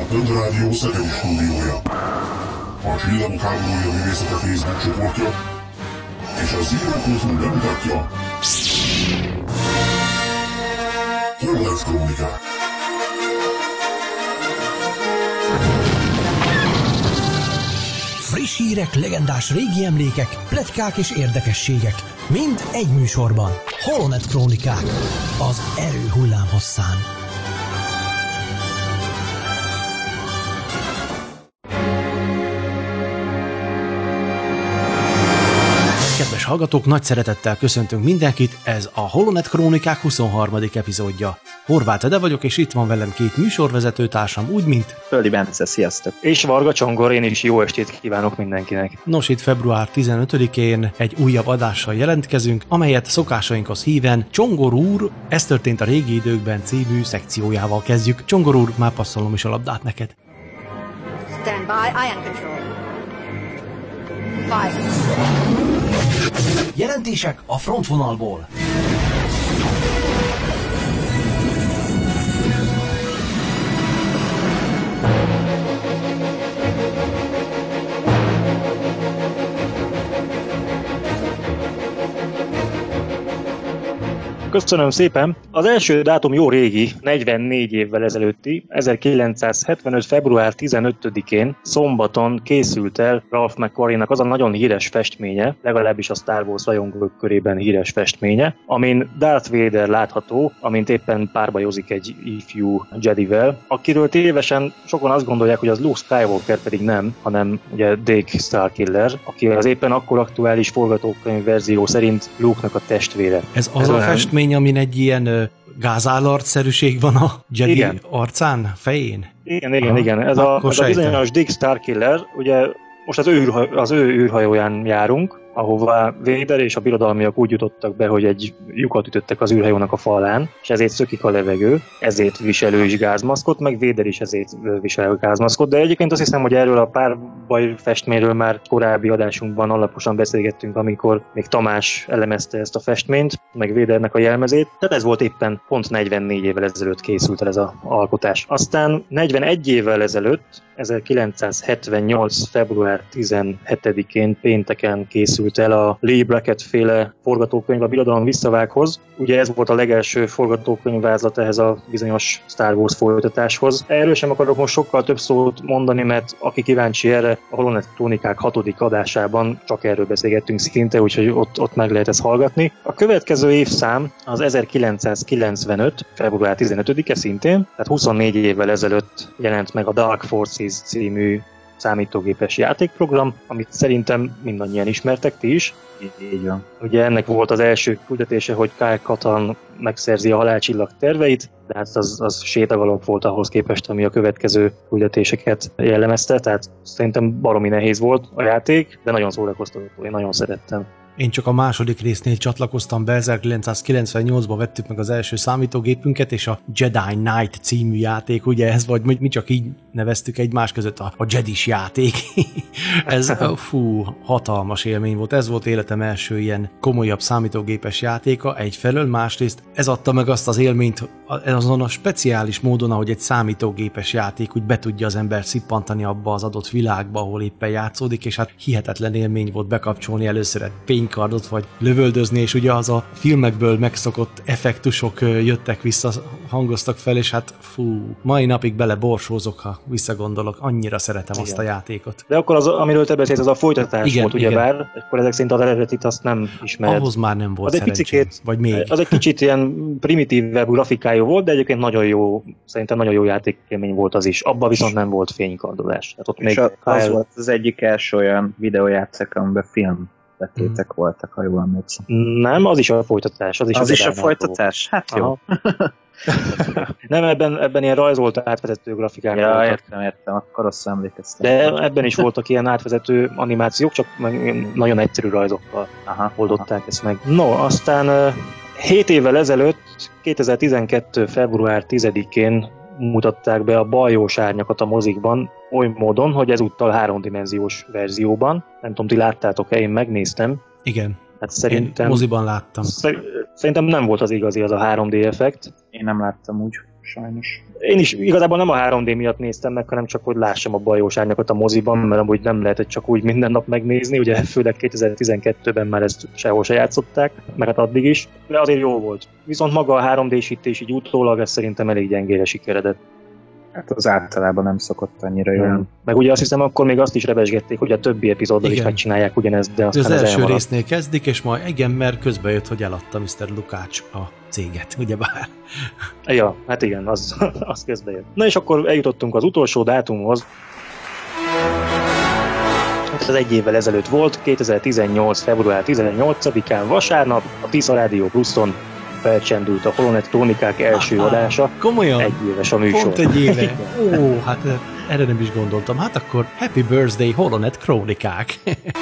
Földrádió Szegedi stúdiója, a Csillagok háborúja művészete Facebook csoportja és a Zero.hu bemutatja Holonet Krónikák. Friss hírek, legendás régi emlékek, pletykák és érdekességek. Mind egy műsorban. Holonet Krónikák. Az erő hullámhosszán. Kedves hallgatók, nagy szeretettel köszöntünk mindenkit, ez a Holonet Krónikák 23. epizódja. Horváth Ede vagyok, és itt van velem két műsorvezetőtársam, úgy, mint... Földi Bence, sziasztok! És Varga Csongor, én is jó estét kívánok mindenkinek. Nos, itt február 15-én egy újabb adással jelentkezünk, amelyet szokásainkhoz híven Csongor úr, ez történt a régi időkben című szekciójával kezdjük. Csongor úr, már passzolom is a labdát neked. Stand by, ion control. Fire. Jelentések a frontvonalból. Köszönöm szépen! Az első dátum jó régi, 44 évvel ezelőtti, 1975. február 15-én szombaton készült el Ralph McQuarrie-nak az a nagyon híres festménye, legalábbis a Star Wars rajongók körében híres festménye, amin Darth Vader látható, amint éppen párbajozik egy ifjú Jedivel, akiről tévesen sokan azt gondolják, hogy az Luke Skywalker, pedig nem, hanem ugye Deke Starkiller, aki az éppen akkor aktuális forgatókönyv verzió szerint Luke-nak a testvére. Ez az a festmény, amin egy ilyen gázállarcszerűség van a Jedi arcán, fején? Igen. Ez a bizonyos Deke Starkiller, ugye most az ő űrhajóján járunk, ahová Vader és a birodalmiak úgy jutottak be, hogy egy lyukat ütöttek az űrhajónak a falán, és ezért szökik a levegő, ezért visel ő is gázmaszkot, meg Vader is ezért visel gázmaszkot, de egyébként azt hiszem, hogy erről a párbaj festményről már korábbi adásunkban alaposan beszélgettünk, amikor még Tamás elemezte ezt a festményt, meg Vadernek a jelmezét, tehát ez volt éppen pont 44 évvel ezelőtt készült el ez az alkotás. Aztán 41 évvel ezelőtt, 1978. február 17-én pénteken készült el a Lee Brackett féle forgatókönyv a Birodalom visszavághoz. Ugye ez volt a legelső forgatókönyvvázlat ehhez a bizonyos Star Wars folytatáshoz. Erről sem akarok most sokkal több szót mondani, mert aki kíváncsi erre, a Holonet Krónikák 6. adásában csak erről beszélgettünk szinte, úgyhogy ott meg lehet ezt hallgatni. A következő évszám az 1995. február 15-e szintén, tehát 24 évvel ezelőtt jelent meg a Dark Forces című számítógépes játékprogram, amit szerintem mindannyian ismertek, ti is. Így van. Ugye ennek volt az első küldetése, hogy Kyle Katarn megszerzi a halálcsillag terveit, de hát az sétagalop volt ahhoz képest, ami a következő küldetéseket jellemezte, tehát szerintem baromi nehéz volt a játék, de nagyon szórakoztató, én nagyon szerettem. Én csak a második résznél csatlakoztam be, 1998-ban vettük meg az első számítógépünket, és a Jedi Knight című játék, ugye ez, vagy mi csak így neveztük egymás között a Jedis játék. Ez hatalmas élmény volt. Ez volt életem első ilyen komolyabb számítógépes játéka egyfelől, másrészt ez adta meg azt az élményt azon a speciális módon, ahogy egy számítógépes játék úgy be tudja az ember szippantani abba az adott világba, ahol éppen játszódik, és hát hihetetlen élmény volt bekapcsolni először egy fénykardot, vagy lövöldözni, és ugye az a filmekből megszokott effektusok jöttek vissza, hangoztak fel, és hát mai napig beleborsózok, ha visszagondolok, annyira szeretem azt a játékot. De akkor az, amiről te beszélsz, az a folytatás volt, ugyebár, akkor ezek szerint az eredetit azt nem ismered. Ahhoz már nem volt szerencsém, vagy még. Az egy kicsit ilyen primitívebb grafikájú volt, de egyébként nagyon jó, szerintem nagyon jó játékélmény volt az is. Abban viszont nem volt fénykardolás. Tehát ott és még az volt az egyik első olyan videójáték, amiben filmbetétek voltak, ha jól emlékszem. Nem, az is a folytatás. Az is a folytatás? Hát jó. Nem, ebben ilyen rajzolt átvezető grafikák voltak. Értem, akkor rosszul emlékeztem. De ebben is voltak ilyen átvezető animációk, csak nagyon egyszerű rajzokkal oldották ezt meg. No, aztán 7 évvel ezelőtt, 2012. február 10-én mutatták be a Baljós árnyakat a mozikban, oly módon, hogy ezúttal 3-dimenziós verzióban. Nem tudom, ti láttátok-e, én megnéztem. Igen. Hát szerintem... Én moziban láttam. Szerintem nem volt az igazi az a 3D effekt. Én nem láttam úgy. sajnos. Én is igazából nem a 3D miatt néztem meg, hanem csak, hogy lássam a Bajós Árnyakat a moziban, mert amúgy nem lehetett csak úgy minden nap megnézni, ugye főleg 2012-ben már ezt sehol se játszották, meg hát addig is, de azért jó volt. Viszont maga a 3D-sítés így utólag, ez szerintem elég gyengére sikeredett. Hát az általában nem szokott annyira jól. Meg ugye azt hiszem, akkor még azt is rebesgették, hogy a többi epizóddal is megcsinálják ugyanezt, de aztán az első résznél kezdik, és majd igen, mert közben jött, hogy eladta Mr. Lukács a céget, ugyebár. Ja, hát igen, az közben jött. Na és akkor eljutottunk az utolsó dátumhoz. Ez egy évvel ezelőtt volt, 2018. február 18-án vasárnap, a Tisza Rádió Pluszon felcsendült a Holonet Krónikák első adása. Komolyan? Egy éves a műsor. Pont egy éve. Ó, hát erre nem is gondoltam. Hát akkor Happy Birthday Holonet Krónikák.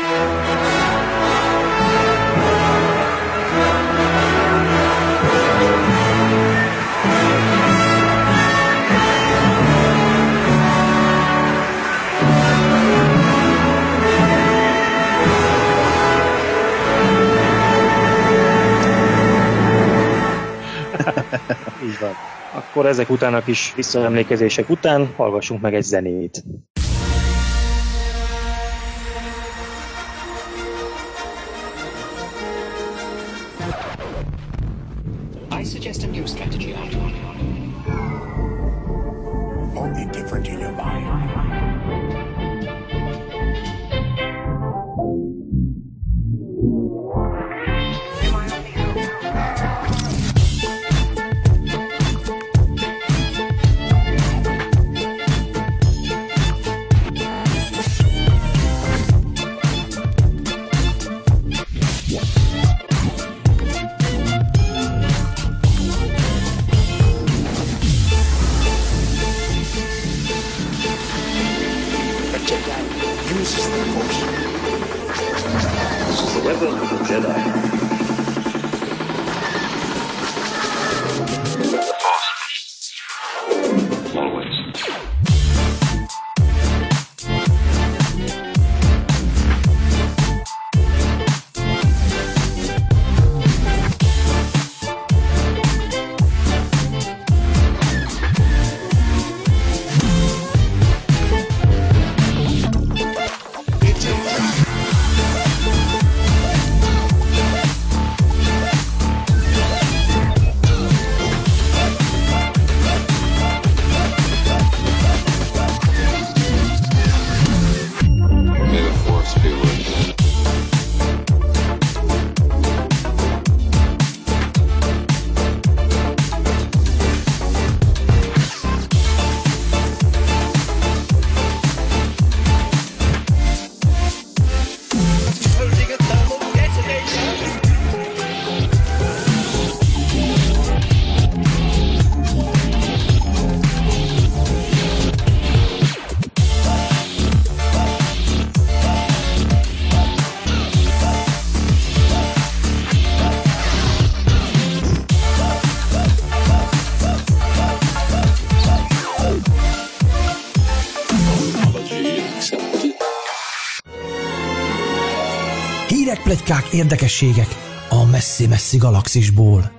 Így van. Akkor ezek után a kis visszaemlékezések után hallgassunk meg egy zenét. I suggest a new strategy, Arthur. Only different in your mind. Hírek, pletykák, érdekességek a messzi-messzi galaxisból.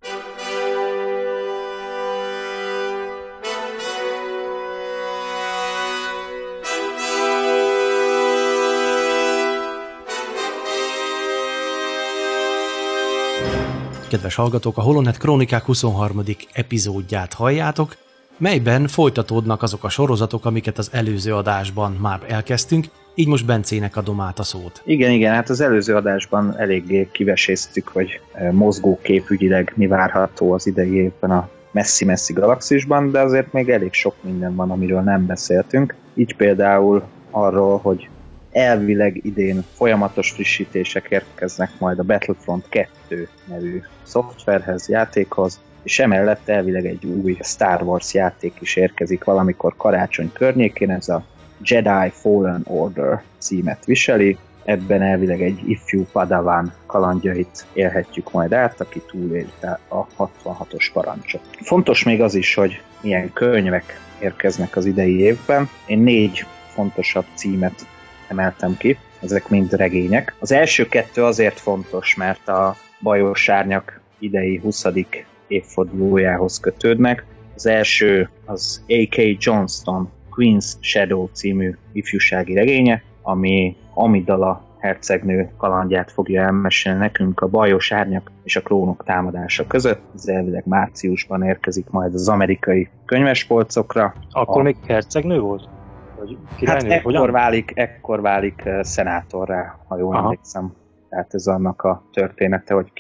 Kedves hallgatók, a Holonet Krónikák 23. epizódját halljátok, melyben folytatódnak azok a sorozatok, amiket az előző adásban már elkezdtünk, így most Bencének adom át a szót. Igen, hát az előző adásban eléggé kiveséztük, hogy mozgóképügyileg mi várható az idei évben a messzi-messzi galaxisban, de azért még elég sok minden van, amiről nem beszéltünk. Így például arról, hogy elvileg idén folyamatos frissítések érkeznek majd a Battlefront 2 nevű szoftverhez, játékhoz, és emellett elvileg egy új Star Wars játék is érkezik valamikor karácsony környékén, ez a Jedi Fallen Order címet viseli. Ebben elvileg egy ifjú Padawan kalandjait élhetjük majd át, aki túlélte a 66-os parancsot. Fontos még az is, hogy milyen könyvek érkeznek az idei évben. Én 4 fontosabb címet emeltem ki, ezek mind regények. Az első 2 azért fontos, mert a Bajós Árnyak idei 20. évfordulójához kötődnek. Az első az A.K. Johnston Queen's Shadow című ifjúsági regénye, ami Amidala hercegnő kalandját fogja elmesélni nekünk a bajos árnyak és a klónok támadása között. Ez elvileg márciusban érkezik majd az amerikai könyvespolcokra. Akkor még hercegnő volt? Vagy királynő? Hát ekkor válik szenátorrá, ha jól emlékszem. Tehát ez annak a története, hogy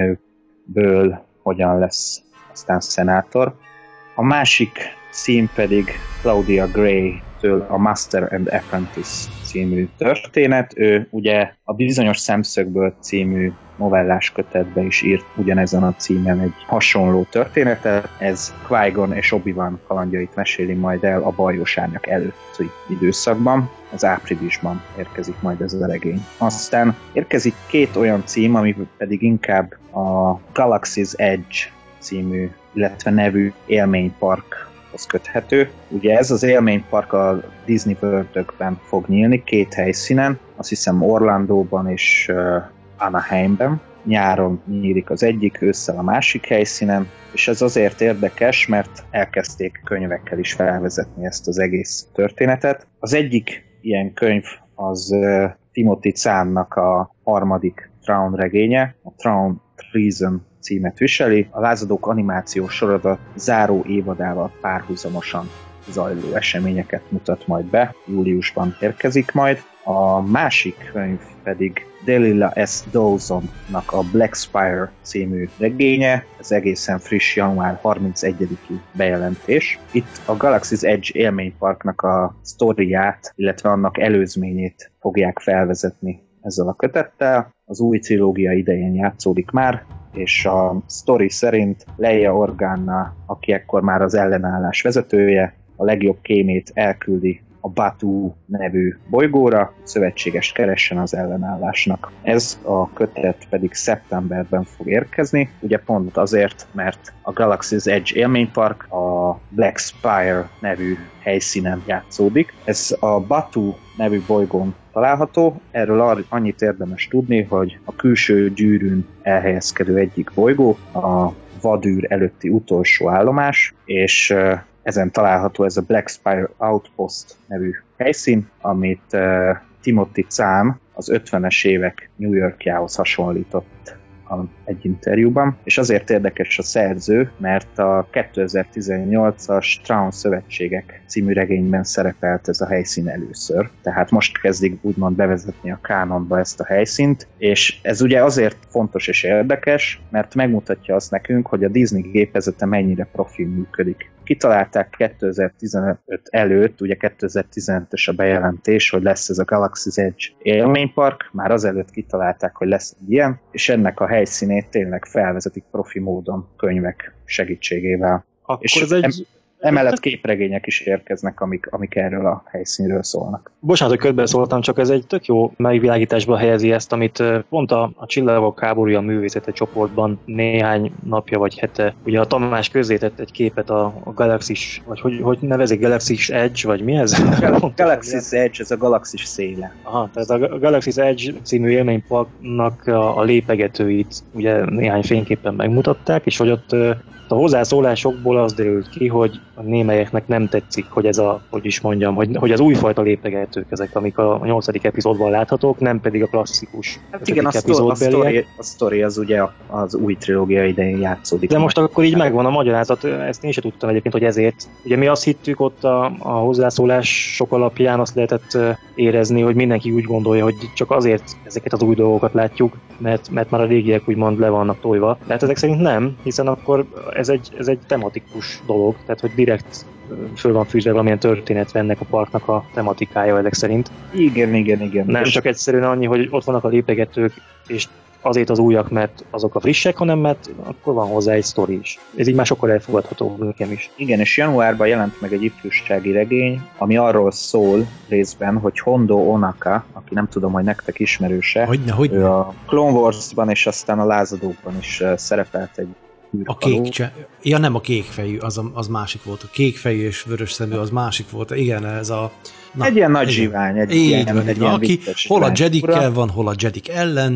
királynőből hogyan lesz aztán szenátor. A másik cím pedig Claudia Gray-től a Master and Apprentice című történet. Ő ugye a Bizonyos Szemszögből című novellás kötetbe is írt ugyanezen a címen egy hasonló történetet. Ez Qui-Gon és Obi-Wan kalandjait meséli majd el a bajos árnyak előtti időszakban. Ez áprilisban érkezik majd ez a regény. Aztán érkezik 2 olyan cím, ami pedig inkább a Galaxy's Edge című, illetve nevű élményparkhoz köthető. Ugye ez az élménypark a Disney World-ökben fog nyílni 2 helyszínen, azt hiszem Orlandóban és Anaheimben. Nyáron nyílik az egyik, ősszel a másik helyszínen, és ez azért érdekes, mert elkezdték könyvekkel is felvezetni ezt az egész történetet. Az egyik ilyen könyv az Timothy Zahnnak a 3. Thrawn regénye, a Thrawn Treason címet viseli. A Lázadók animációs sorozat záró évadával párhuzamosan zajló eseményeket mutat majd be, júliusban érkezik majd. A másik könyv pedig Delilah S. Dawsonnak a Black Spire című regénye, ez egészen friss január 31-i bejelentés. Itt a Galaxy's Edge élményparknak a sztoriát, illetve annak előzményét fogják felvezetni ezzel a kötettel. Az új trilógia idején játszódik már, és a sztori szerint Leia Organa, aki ekkor már az ellenállás vezetője, a legjobb kémét elküldi a Batu nevű bolygóra, szövetséges keressen az ellenállásnak. Ez a kötet pedig szeptemberben fog érkezni, ugye pont azért, mert a Galaxy's Edge élménypark a Black Spire nevű helyszínen játszódik. Ez a Batu nevű bolygón található, erről annyit érdemes tudni, hogy a külső gyűrűn elhelyezkedő egyik bolygó, a vadűr előtti utolsó állomás, és ezen található ez a Black Spire Outpost nevű helyszín, amit Timothy Zahn az 50-es évek New Yorkjához hasonlított egy interjúban, és azért érdekes a szerző, mert a 2018-as Thrawn Szövetségek című regényben szerepelt ez a helyszín először, tehát most kezdik úgymond bevezetni a kánonba ezt a helyszínt, és ez ugye azért fontos és érdekes, mert megmutatja azt nekünk, hogy a Disney gépezete mennyire profil működik. Kitalálták 2015 előtt, ugye 2015-ös a bejelentés, hogy lesz ez a Galaxy's Edge élménypark, már azelőtt kitalálták, hogy lesz egy ilyen, és ennek a helyszínét tényleg felvezetik profi módon könyvek segítségével. Akkor és ez egy... Emellett képregények is érkeznek, amik erről a helyszínről szólnak. Bocsánat, hogy közbeszóltam, csak ez egy tök jó megvilágításba helyezi ezt, amit pont a Csillagok háborúja művészete csoportban néhány napja vagy hete, ugye a Tamás közzétett egy képet a Galaxis, vagy hogy nevezik, Galaxis Edge, vagy mi ez? Galaxy's Edge, ez a galaxis széle. Aha, tehát a Galaxy's Edge című élményparknak a lépegetőit ugye néhány fényképpen megmutatták, és hogy ott a hozzászólásokból az derült ki, hogy a némelyeknek nem tetszik, hogy ez a, hogy is mondjam, hogy az újfajta lépegetők ezek, amik a 8. epizódban láthatók, nem pedig a klasszikus. Hát igen, a sztori az ugye az új trilógia idején játszódik. De most akkor így megvan a magyarázat, ezt én sem tudtam egyébként, hogy ezért. Ugye mi azt hittük ott a hozzászólások alapján, azt lehetett érezni, hogy mindenki úgy gondolja, hogy csak azért ezeket az új dolgokat látjuk, mert már a régiek úgymond le vannak tojva. De hát ezek szerint nem, hiszen akkor ez egy tematikus dolog, tehát hogy direkt föl van fűzve valamilyen történet ennek a parknak a tematikája ezek szerint. Igen. Nem csak egyszerűen annyi, hogy ott vannak a lépegetők, és azért az újak, mert azok a frissek, hanem mert akkor van hozzá egy sztori is. Ez így már sokkal elfogadható nekem is. Igen, és januárban jelent meg egy ifjúsági regény, ami arról szól részben, hogy Hondo Onaka, aki nem tudom, hogy nektek ismerőse, hogyne. Ő a Clone Wars-ban és aztán a Lázadókban is szerepelt egy a nem a kékfejű, az másik volt. A kékfejű és vörös szemű, az másik volt. Igen, ez a... egy ilyen nagy zsivány, egy ilyen aki hol a Jedikkel van, hol a Jedik ellen,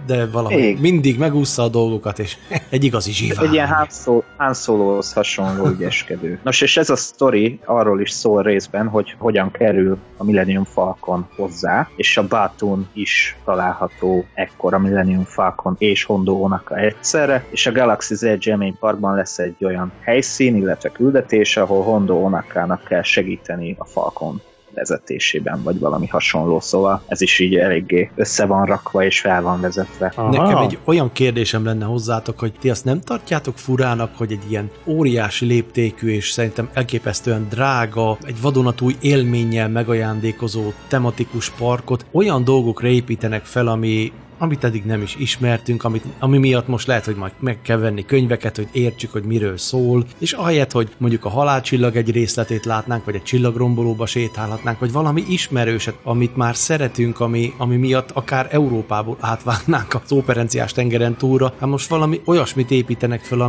de valahogy mindig megúszza a dolgokat, és egy igazi zsivány. Egy ilyen Han Solo-hoz hasonló ügyeskedő. Nos, és ez a sztori arról is szól részben, hogy hogyan kerül a Millennium Falcon hozzá, és a Batuu is található ekkor a Millennium Falcon és Hondo Ohnaka egyszerre, és a Galaxy's Edge élményparkban lesz egy olyan helyszín, illetve küldetés, ahol Hondo Ohnakának kell segíteni a Falcon vezetésében, vagy valami hasonló, szóval ez is így eléggé össze van rakva és fel van vezetve. Aha. Nekem egy olyan kérdésem lenne hozzátok, hogy ti azt nem tartjátok furának, hogy egy ilyen óriási léptékű és szerintem elképesztően drága, egy vadonatúj élménnyel megajándékozó tematikus parkot olyan dolgokra építenek fel, amit eddig nem is ismertünk, ami miatt most lehet, hogy majd meg kell venni könyveket, hogy értsük, hogy miről szól, és ahelyett, hogy mondjuk a halálcsillag egy részletét látnánk, vagy egy csillagrombolóba sétálhatnánk, vagy valami ismerőset, amit már szeretünk, ami miatt akár Európából átvágnánk az Óperenciás tengeren túlra, hát most valami olyasmit építenek fel,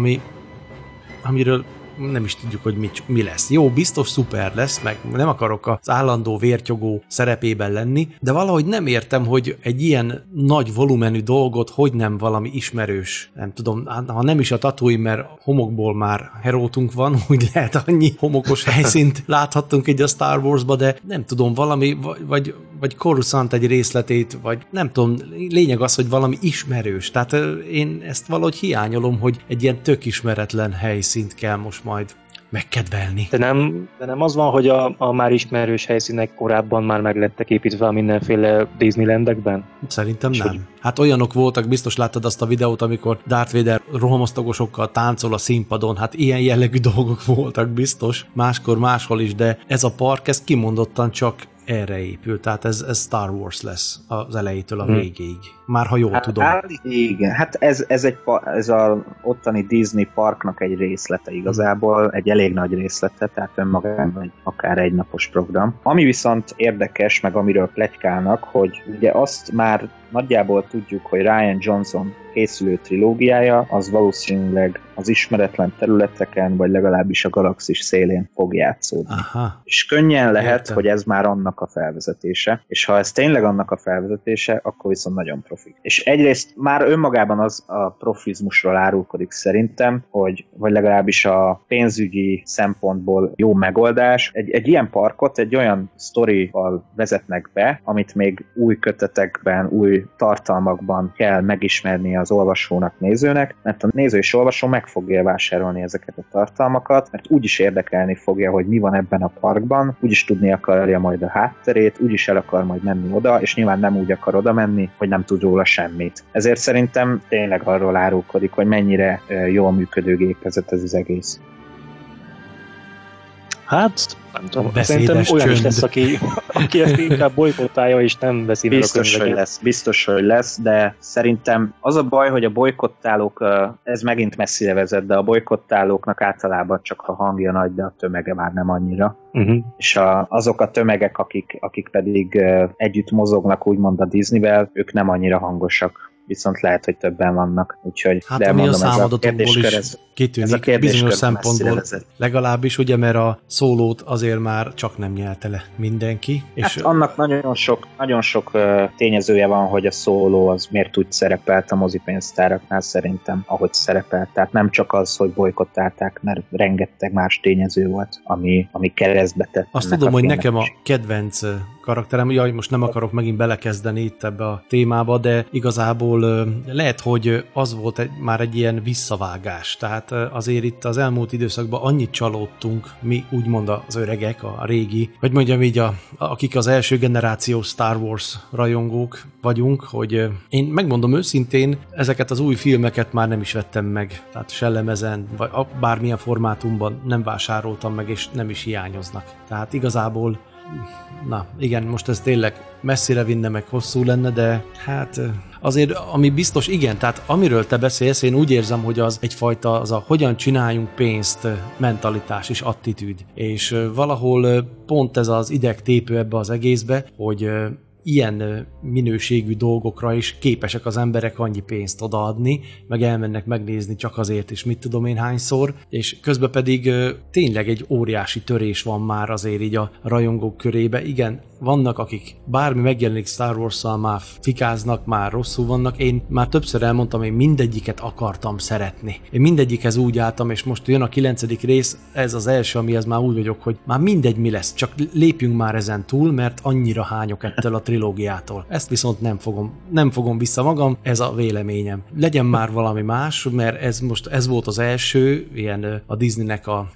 amiről nem is tudjuk, hogy mi lesz. Jó, biztos szuper lesz, meg nem akarok az állandó vértyogó szerepében lenni, de valahogy nem értem, hogy egy ilyen nagy volumenű dolgot hogy nem valami ismerős, nem tudom, ha nem is a Tatooine, mert homokból már herótunk van, úgy lehet annyi homokos helyszínt láthattunk így a Star Wars-ba, de nem tudom, valami, vagy Coruscant egy részletét, vagy nem tudom, lényeg az, hogy valami ismerős. Tehát én ezt valahogy hiányolom, hogy egy ilyen tök ismeretlen helyszínt kell most majd megkedvelni. De nem az van, hogy a már ismerős helyszínek korábban már meg lettek építve a mindenféle Disneylandekben? Szerintem nem. Hát olyanok voltak, biztos láttad azt a videót, amikor Darth Vader rohamosztagosokkal táncol a színpadon, hát ilyen jellegű dolgok voltak biztos, máskor máshol is, de ez a park, ez kimondottan csak erre épül, tehát ez Star Wars lesz az elejétől a végéig. Már ha jól tudom. Igen, hát ez az ottani Disney parknak egy részlete igazából, egy elég nagy részlete, tehát önmagában akár egy napos program. Ami viszont érdekes, meg amiről pletykálnak, hogy ugye azt már nagyjából tudjuk, hogy Rian Johnson készülő trilógiája, az valószínűleg az ismeretlen területeken, vagy legalábbis a galaxis szélén fog játszódni. Aha. És könnyen lehet, hogy ez már annak a felvezetése, és ha ez tényleg annak a felvezetése, akkor viszont nagyon profi. És egyrészt már önmagában az a profizmusról árulkodik szerintem, hogy vagy legalábbis a pénzügyi szempontból jó megoldás. Egy ilyen parkot egy olyan sztorival vezetnek be, amit még új kötetekben, új tartalmakban kell megismerni az olvasónak, nézőnek, mert a néző és olvasó meg fogja vásárolni ezeket a tartalmakat, mert úgyis érdekelni fogja, hogy mi van ebben a parkban, úgyis tudni akarja majd a hátterét, úgyis el akar majd menni oda, és nyilván nem úgy akar oda menni, hogy nem tud róla semmit. Ezért szerintem tényleg arról árulkodik, hogy mennyire jól működő gépezet ez az egész. Hát, nem tudom, szerintem olyan is lesz, aki ezt inkább bolykottálja, és nem veszi meg a könyveket. Biztos, hogy lesz, de szerintem az a baj, hogy a bolykottálók, ez megint messzire vezet, de a bolykottálóknak általában csak a hangja nagy, de a tömege már nem annyira. És azok a tömegek, akik pedig együtt mozognak úgymond a Disneyvel, ők nem annyira hangosak. Viszont lehet, hogy többen vannak, úgyhogy hát de mondom, ez a kérdéskör, is kitűnik bizonyos szempontból, legalábbis ugye, mert a szólót azért már csak nem nyelte le mindenki. És hát annak nagyon sok tényezője van, hogy a szóló az miért úgy szerepelt a mozipénztáraknál szerintem, ahogy szerepelt. Tehát nem csak az, hogy bolykottálták, mert rengeteg más tényező volt, ami keresztbe tett. Azt tudom, hogy nekem a kedvenc karakterem, jaj, most nem akarok megint belekezdeni itt ebbe a témába, de igazából lehet, hogy az volt már egy ilyen visszavágás. Tehát azért itt az elmúlt időszakban annyit csalódtunk, mi úgymond az öregek, a régi, vagy mondjam így, akik az első generációs Star Wars rajongók vagyunk, hogy én megmondom őszintén, ezeket az új filmeket már nem is vettem meg. Tehát se lemezen, vagy bármilyen formátumban nem vásároltam meg, és nem is hiányoznak. Tehát igazából na, igen, most ez tényleg messzire vinne, meg hosszú lenne, de hát azért, ami biztos, igen, tehát amiről te beszélsz, én úgy érzem, hogy az egyfajta az a hogyan csináljunk pénzt mentalitás és attitűd. És valahol pont ez az idegtépő ebbe az egészbe, hogy ilyen minőségű dolgokra is képesek az emberek annyi pénzt odaadni, meg elmennek megnézni csak azért is, mit tudom én hányszor, és közben pedig tényleg egy óriási törés van már azért így a rajongók körébe. Igen, vannak, akik bármi megjelenik Star Wars-szal, már fikáznak, már rosszul vannak. Én már többször elmondtam, én mindegyiket akartam szeretni. Én mindegyikhez úgy álltam, és most jön a 9. rész, ez az első, amihez már úgy vagyok, hogy már mindegy mi lesz, csak lépjünk már ezen túl, mert annyira hányok ettől a trilógiától. Ezt viszont nem fogom vissza magam, ez a véleményem. Legyen már valami más, mert ez volt az első, ilyen a Disneynek a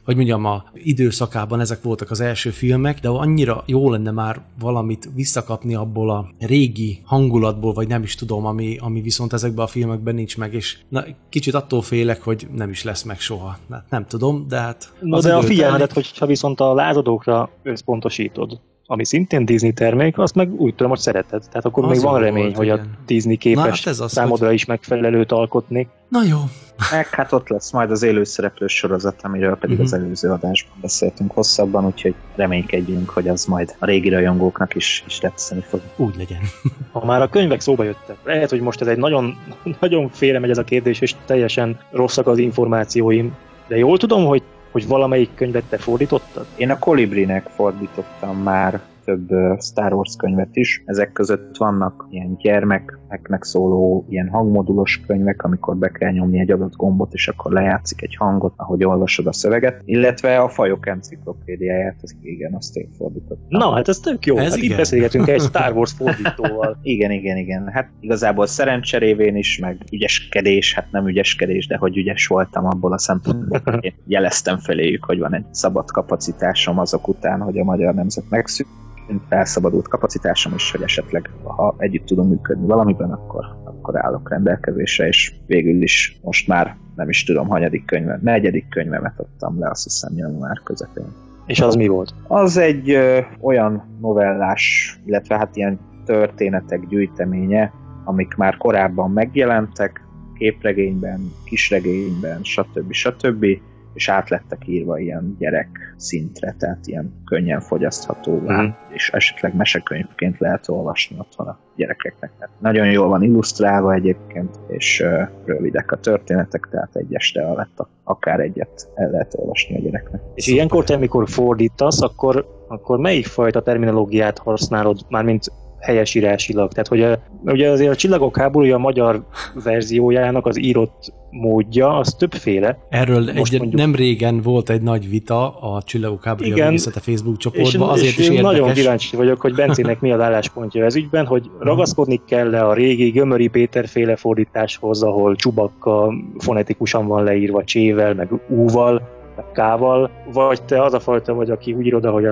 időszakában ezek voltak az első filmek, de annyira jó lenne már valamit visszakapni abból a régi hangulatból, vagy nem is tudom, ami viszont ezekben a filmekben nincs meg, és kicsit attól félek, hogy nem is lesz meg soha. Nem tudom, de hát... De a figyelmedet, hogyha viszont a lázadókra összpontosítod, ami szintén Disney termék, azt meg úgy tudom, hogy szereted. Tehát akkor az még van remény, volt, hogy igen. A Disney képes számodra is megfelelőt alkotni. Na jó. Hát ott lesz majd az élőszereplős sorozat, amiről pedig az előző adásban beszéltünk hosszabban, úgyhogy reménykedjünk, hogy az majd a régi rajongóknak is tetszeni fog. Úgy legyen. Ha már a könyvek szóba jöttek, lehet, hogy most ez egy nagyon, nagyon félre megy ez a kérdés, és teljesen rosszak az információim, de jól tudom, hogy valamelyik könyvet te fordítottad? Én a Kolibrinek fordítottam már több Star Wars könyvet is. Ezek között vannak ilyen gyermekeknek szóló, ilyen hangmodulos könyvek, amikor be kell nyomni egy adott gombot, és akkor lejátszik egy hangot, ahogy olvasod a szöveget, illetve a Fajok enciklopédiáját, igen, azt én fordítottam. Na, hát ez tök jó, hát itt beszélgetünk egy Star Wars fordítóval. Igen. Hát igazából szerencserévén is, meg ügyeskedés, hát nem ügyeskedés, de hogy ügyes voltam abból a szempontból, hogy én jeleztem feléjük, hogy van egy szabad kapacitásom azok után, hogy a magyar nemzet megszűnt, felszabadult kapacitásom is, hogy esetleg, ha együtt tudunk működni valamiben, akkor állok rendelkezésre, és végül is most már nem is tudom, negyedik könyvemet adtam le, azt hiszem január közepén. És az mi volt? Az egy olyan novellás, illetve hát ilyen történetek gyűjteménye, amik már korábban megjelentek, képregényben, kisregényben, stb. És át lettek írva ilyen gyerek szintre, tehát ilyen könnyen fogyaszthatóvá, és esetleg mesekönyvként lehet olvasni otthon a gyerekeknek. Hát nagyon jól van illusztrálva egyébként, és rövidek a történetek, tehát egy este alatt akár egyet el lehet olvasni a gyereknek. És ilyenkor te, amikor fordítasz, akkor melyik fajta terminológiát használod, mármint helyesírásilag? Tehát, hogy ugye azért a Csillagok háborúja a magyar verziójának az írott módja, az többféle. Erről nem régen volt egy nagy vita a Csillagok háborúja a Facebook csoportban, azért is érdekes. Nagyon kíváncsi vagyok, hogy Bencének mi az álláspontja ez ügyben, hogy ragaszkodni kell-e a régi Gömöri Péter-féle fordításhoz, ahol Csubakka fonetikusan van leírva csével, meg úval, K-val, vagy te az a fajta vagy, aki úgy írod, ahogy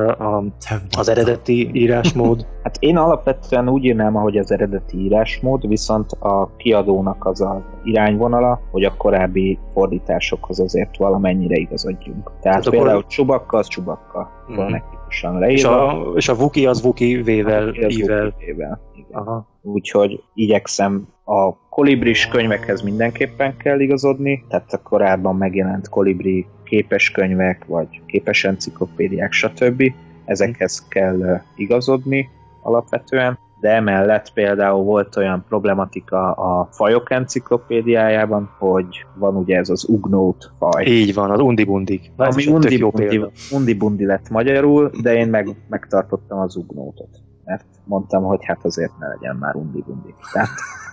az eredeti írásmód? Hát én alapvetően úgy írnám, ahogy az eredeti írásmód, viszont a kiadónak az a irányvonala, hogy a korábbi fordításokhoz azért valamennyire igazodjunk. Tehát például Csubakka az Csubakka fonetikusan leírva. És a Wookie az Wookie V-vel, I-vel. Úgyhogy igyekszem a kolibris könyvekhez mindenképpen kell igazodni, tehát a korábban megjelent kolibri képes könyvek, vagy képes enciklopédiák, stb. Ezekhez kell igazodni alapvetően, de emellett például volt olyan problematika a Fajok enciklopédiájában, hogy van ugye ez az Ugnót faj. Így van, az undibundik. Ami undibundi lett magyarul, de én megtartottam az Ugnótot. Mert mondtam, hogy hát azért ne legyen már undi-bundi. Tehát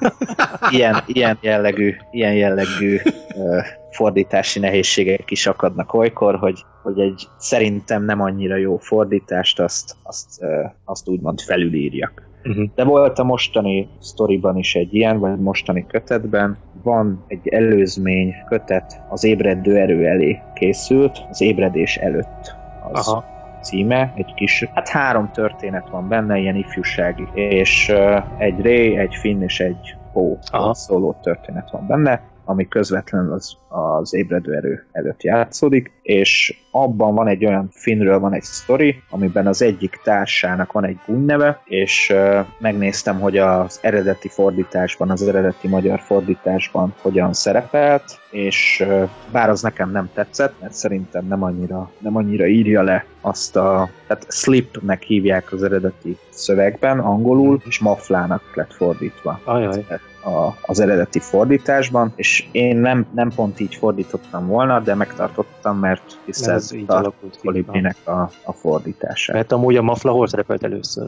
ilyen jellegű fordítási nehézségek is akadnak olykor, hogy egy szerintem nem annyira jó fordítást azt úgymond felülírjak. De volt a mostani sztoriban is egy ilyen, vagy mostani kötetben, van egy előzmény kötet, az ébredő erő elé készült, az ébredés előtt az címe, egy kis, 3 történet van benne, ilyen ifjúsági, és egy Rey, egy Finn és egy Poe szóló történet van benne, ami közvetlenül az ébredő erő előtt játszódik, és abban van egy olyan, Finnről van egy sztori, amiben az egyik társának van egy gúnyneve, és megnéztem, hogy az eredeti fordításban, az eredeti magyar fordításban hogyan szerepelt, és bár az nekem nem tetszett, mert szerintem nem annyira írja le azt tehát Slipnek hívják az eredeti szövegben, angolul, és Maflának lett fordítva. Ajaj. Az eredeti fordításban, és én nem pont így fordítottam volna, de megtartottam, mert tiszteltem Kolibrinek a fordítását. Mert amúgy a Mafla hol szerepelt először?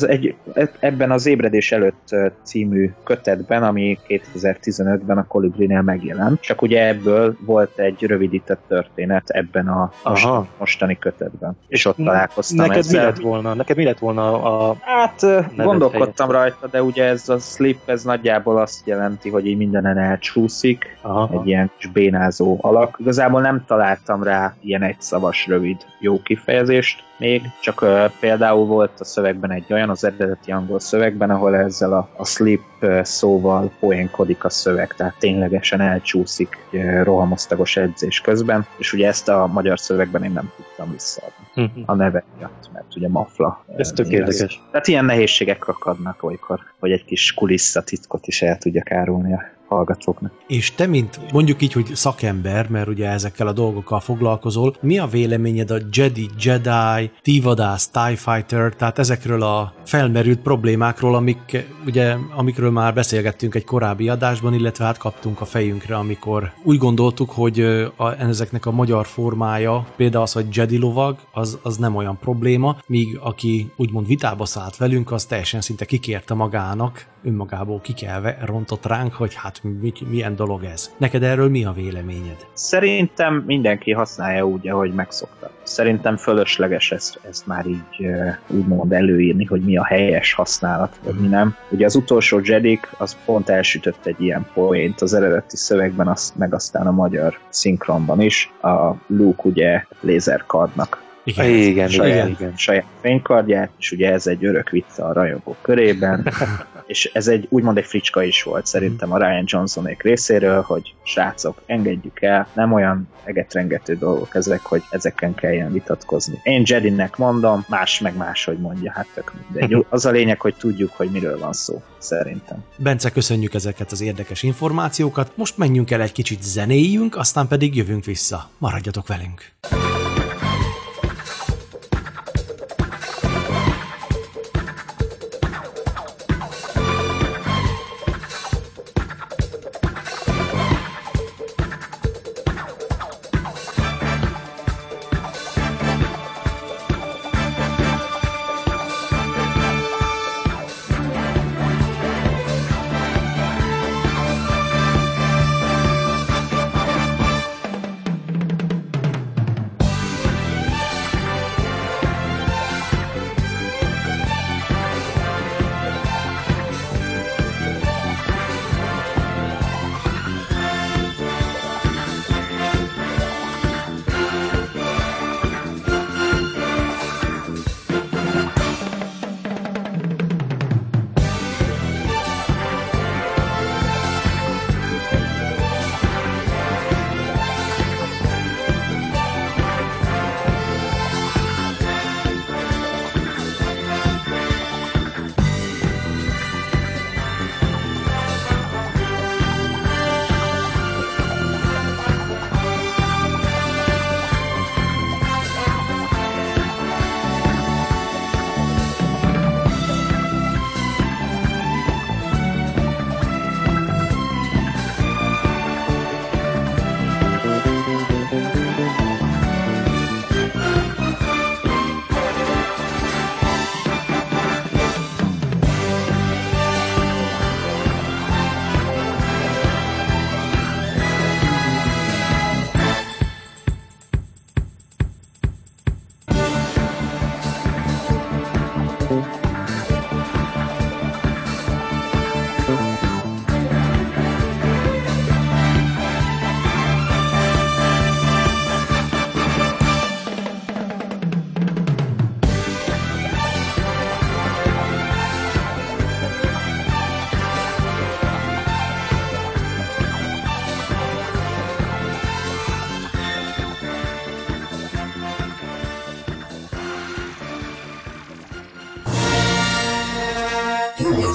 Ebben az Ébredés előtt című kötetben, ami 2015-ben a Kolibrinél megjelent, csak ugye ebből volt egy rövidített történet ebben a mostani kötetben. És ott találkoztam ezzel. Neked mi lett volna a Hát gondolkodtam rajta, de ugye ez a slip, ez nagyjából azt jelenti, hogy így mindenen elcsúszik, egy ilyen kis bénázó alak. Igazából nem találtam rá ilyen egyszavas, rövid, jó kifejezést még, csak például volt a szövegben egy olyan, az eredeti angol szövegben, ahol ezzel a slip szóval poénkodik a szöveg, tehát ténylegesen elcsúszik rohamosztagos edzés közben, és ugye ezt a magyar szövegben én nem tudtam visszaadni a neve miatt, mert ugye Mafla. Ez tök érdekes. Tehát ilyen nehézségek akadnak olykor, hogy egy kis kulisszatitkot is el tudjak árulni a hallgatóknak. És te, mint mondjuk így, hogy szakember, mert ugye ezekkel a dolgokkal foglalkozol, mi a véleményed a Jedi, T-vadász, TIE Fighter, tehát ezekről a felmerült problémákról, amikről már beszélgettünk egy korábbi adásban, illetve hát kaptunk a fejünkre, amikor úgy gondoltuk, hogy ezeknek a magyar formája, például az, hogy Jedi lovag, az nem olyan probléma, míg aki úgymond vitába szállt velünk, az teljesen szinte kikérte magának, önmagából kikelve rontott ránk, hogy hát milyen dolog ez. Neked erről mi a véleményed? Szerintem mindenki használja úgy, ahogy megszokta. Szerintem fölösleges ezt már így úgymond előírni, hogy mi a helyes használat, vagy mi nem. Ugye az utolsó Jedik, az pont elsütött egy ilyen poént az eredeti szövegben, meg aztán a magyar szinkronban is. A Luke ugye lézerkardnak Igen. Saját fénykardját, és ugye ez egy örök vicc a rajongók körében, és ez úgymond egy fricska is volt szerintem a Rian Johnsonék részéről, hogy srácok, engedjük el, nem olyan egetrengető dolgok ezek, hogy ezeken kelljen vitatkozni. Én Jedinek mondom, más meg máshogy mondja, hát tök mindegy. Az a lényeg, hogy tudjuk, hogy miről van szó, szerintem. Bence, köszönjük ezeket az érdekes információkat, most menjünk el egy kicsit zenéljünk, aztán pedig jövünk vissza. Maradjatok velünk!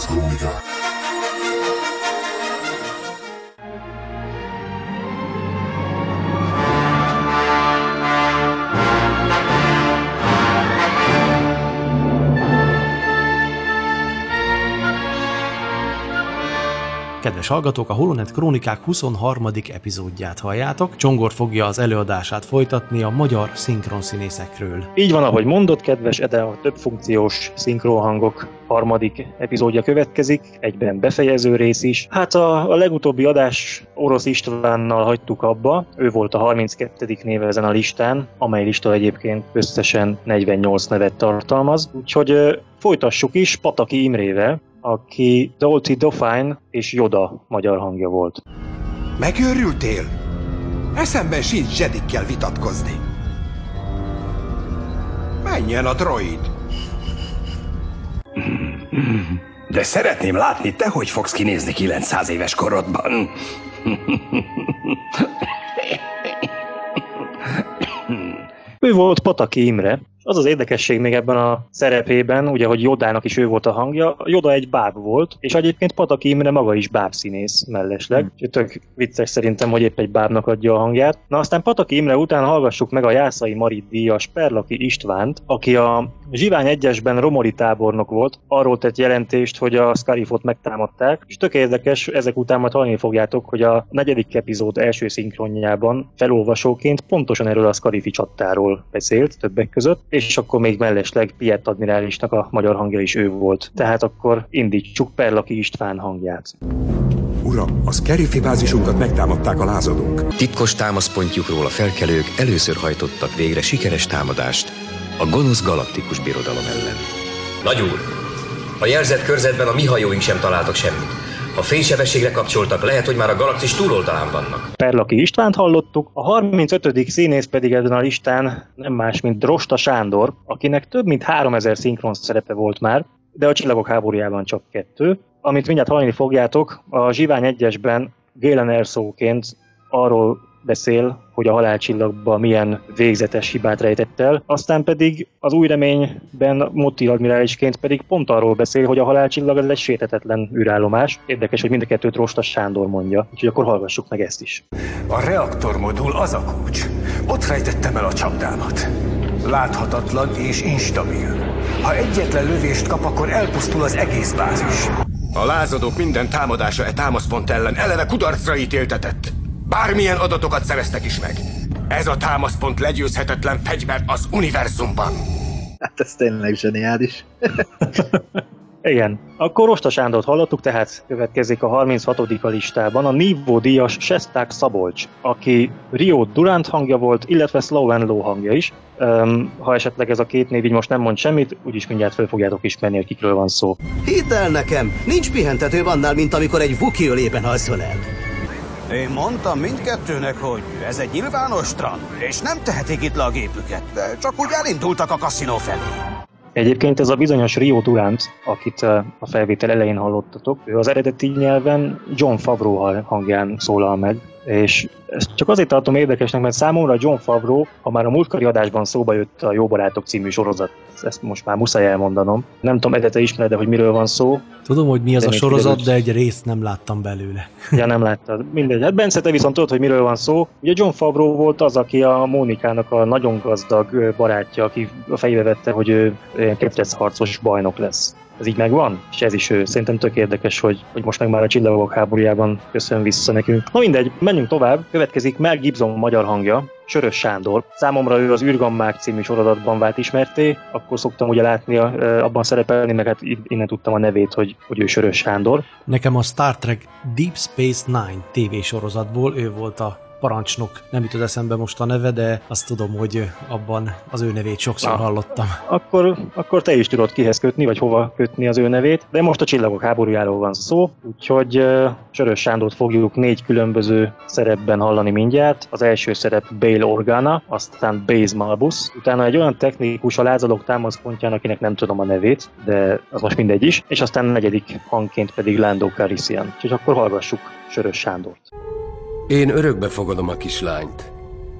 Krónikák. Kedves hallgatók, a Holonet Krónikák 23. epizódját halljátok. Csongor fogja az előadását folytatni a magyar szinkronszínészekről. Így van, ahogy mondott, kedves Ede, a többfunkciós szinkronhangok harmadik epizódja következik, egyben befejező rész is. Hát a legutóbbi adás Orosz Istvánnal hagytuk abba, ő volt a 32. név ezen a listán, amely lista egyébként összesen 48 nevet tartalmaz, úgyhogy folytassuk is Pataki Imrével, aki Dolty Dauphin és Yoda magyar hangja volt. Megőrültél? Eszemben sincs Jedikkel vitatkozni. Menjen a droid! De szeretném látni, te hogy fogsz kinézni 900 éves korodban. Ő volt Pataki Imre. Az az érdekesség még ebben a szerepében, ugye, hogy Yodának is ő volt a hangja, Yoda egy báb volt, és egyébként Pataki Imre maga is bábszínész mellesleg. Tök vicces szerintem, hogy épp egy bábnak adja a hangját. Na aztán Pataki Imre után hallgassuk meg a Jászai Marit díjas Perlaki Istvánt, aki a Zsivány 1-esben romori tábornok volt, arról tett jelentést, hogy a Scarifot megtámadták, és tök érdekes, ezek után majd hallani fogjátok, hogy a 4. epizód első szinkronjában felolvasóként pontosan erről a Scarifi csattáról beszélt többek között, és akkor még mellesleg Piet admirálisnak a magyar hangja is ő volt. Tehát akkor indítsuk Perlaki István hangját. Uram, a Scarifi bázisunkat megtámadták a lázadók. Titkos támaszpontjukról a felkelők először hajtottak végre sikeres támadást a gonosz galaktikus birodalom ellen. Nagy úr, a jelzett körzetben a mi hajóink sem találtak semmit. Ha fénysebességre kapcsoltak, lehet, hogy már a galaxis túloldalán vannak. Perlaki Istvánt hallottuk, a 35. színész pedig ezen a listán nem más, mint Drosta Sándor, akinek több mint 3000 szinkron szerepe volt már, de a Csillagok háborújában csak 2. Amit mindjárt hallani fogjátok, a Zsivány 1-esben Galen Ersoként arról beszél, hogy a halálcsillagban milyen végzetes hibát rejtett el, aztán pedig az Új Reményben Motti admirálisként pedig pont arról beszél, hogy a halálcsillag ez egy sérthetetlen űrállomás. Érdekes, hogy mind a kettőt Rostas Sándor mondja, úgyhogy akkor hallgassuk meg ezt is. A reaktormodul az a kulcs. Ott rejtettem el a csapdámat. Láthatatlan és instabil. Ha egyetlen lövést kap, akkor elpusztul az egész bázis. A lázadók minden támadása e támaszpont ellen eleve kudarcra ítéltetett. Bármilyen adatokat szereztek is meg. Ez a támaszpont legyőzhetetlen fegyver az univerzumban. Hát ez tényleg zseniális. Igen. Akkor Rosta Sándort hallottuk, tehát következik a 36. a listában a Nívó díjas Sesták Szabolcs, aki Rio Durant hangja volt, illetve Slow and Low hangja is. Ha esetleg ez a két név így most nem mond semmit, úgyis mindjárt fel fogjátok ismerni, hogy kikről van szó. Hidd el nekem, nincs pihentetőbb annál, mint amikor egy Wookiee ölében alszol el. Én mondtam mindkettőnek, hogy ez egy nyilvános strand, és nem tehetik itt le a gépüket, de csak úgy elindultak a kaszinó felé. Egyébként ez a bizonyos Rio Durant, akit a felvétel elején hallottatok, ő az eredeti nyelven Jon Favreau hangján szólal meg, és ezt csak azért tartom érdekesnek, mert számomra Jon Favreau, ha már a múltkori adásban szóba jött a Jó Barátok című sorozat, ezt most már muszáj elmondanom. Nem tudom, Ede, te ismered, de hogy miről van szó. Tudom, hogy mi az a sorozat, de egy részt nem láttam belőle. Ja, nem láttad. Mindegy. Hát Bence, te viszont tudod, hogy miről van szó. Ugye Jon Favreau volt az, aki a Mónikának a nagyon gazdag barátja, aki a fejébe vette, hogy ő ketrecharcos bajnok lesz. Ez így megvan? És ez is ő. Szerintem tök érdekes, hogy most meg már a Csillagok háborújában köszön vissza nekünk. Na mindegy, menjünk tovább. Következik Mel Gibson magyar hangja, Sörös Sándor. Számomra ő az űrgammák című sorozatban vált ismerté, akkor szoktam ugye látni abban szerepelni, meg hát innen tudtam a nevét, hogy ő Sörös Sándor. Nekem a Star Trek Deep Space Nine tévésorozatból ő volt a parancsnok. Nem jutott eszembe most a neve, de azt tudom, hogy abban az ő nevét sokszor hallottam. Akkor te is tudod kihez kötni, vagy hova kötni az ő nevét, de most a Csillagok háborújáról van szó, úgyhogy Sörös Sándort fogjuk 4 különböző szerepben hallani mindjárt. Az első szerep Bail Organa, aztán Baze Malbus, utána egy olyan technikus a lázadók támaszpontján, akinek nem tudom a nevét, de az most mindegy is, és aztán 4. hangként pedig Lando Calrissian. Úgyhogy akkor hallgassuk Sörös Sándort. Én örökbe fogadom a kislányt.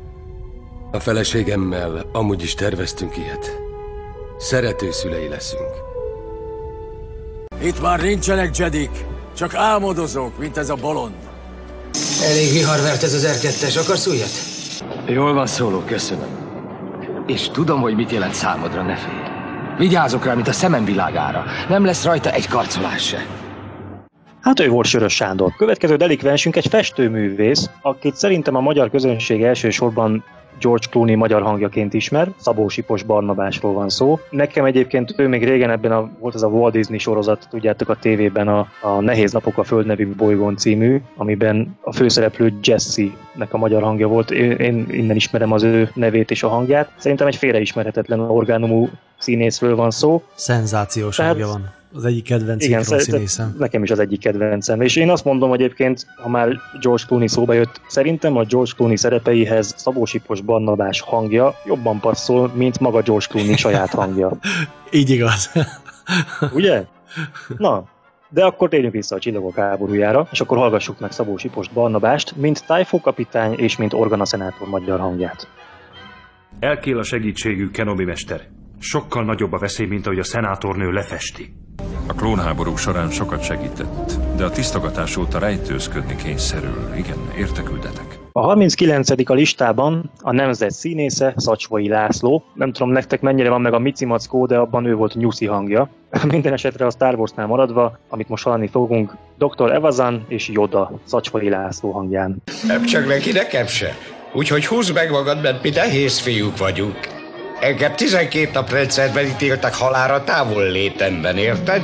A feleségemmel amúgy is terveztünk ilyet. Szerető szülei leszünk. Itt már nincsenek Jedik, csak álmodozók, mint ez a bolond. Elég viharvert ez az R2-es, akarsz újat? Jól van, Szóló, köszönöm. És tudom, hogy mit jelent számodra, ne félj. Vigyázok rá, mint a szemem világára. Nem lesz rajta egy karcolás se. Hát ő volt Sörös Sándor. Következő delikvensünk egy festőművész, akit szerintem a magyar közönség elsősorban George Clooney magyar hangjaként ismer, Szabó Sipos Barnabásról van szó. Nekem egyébként ő még régen volt ez a Walt Disney sorozat, tudjátok, a tévében a Nehéz napok a Föld nevű bolygón című, amiben a főszereplő Jesse-nek a magyar hangja volt. Én innen ismerem az ő nevét és a hangját. Szerintem egy félreismerhetetlen orgánumú színészről van szó. Szenzációs hangja van. Az egyik kedvenc színészem. Nekem is az egyik kedvencem. És én azt mondom, hogy egyébként, ha már George Clooney szóba jött, szerintem a George Clooney szerepeihez Szabó Sipos Barnabás hangja jobban passzol, mint maga George Clooney saját hangja. Így igaz. Ugye? Na, de akkor térjünk vissza a Csillagok háborújára, és akkor hallgassuk meg Szabó Sipos Barnabást, mint Typho kapitány és mint Organa szenátor magyar hangját. Elkél a segítségű Kenobi mester. Sokkal nagyobb a veszély, mint ahogy a szenátornő lefesti. A klónháború során sokat segített, de a tisztogatás óta rejtőzködni kényszerül. Igen, érte küldetek. A 39. a listában a nemzet színésze Szacsvai László. Nem tudom nektek mennyire van meg a Mici Mackó, de abban ő volt Nyuszi hangja. Minden esetre a Star Warsnál maradva, amit most hallani fogunk, Dr. Evazan és Yoda Szacsvai László hangján. Nem csak neki, nekem se. Úgyhogy húzd meg magad, mert mi nehéz fiúk vagyunk. Engem 12 nap rendszerben ítéltek halálra távol létemben, érted?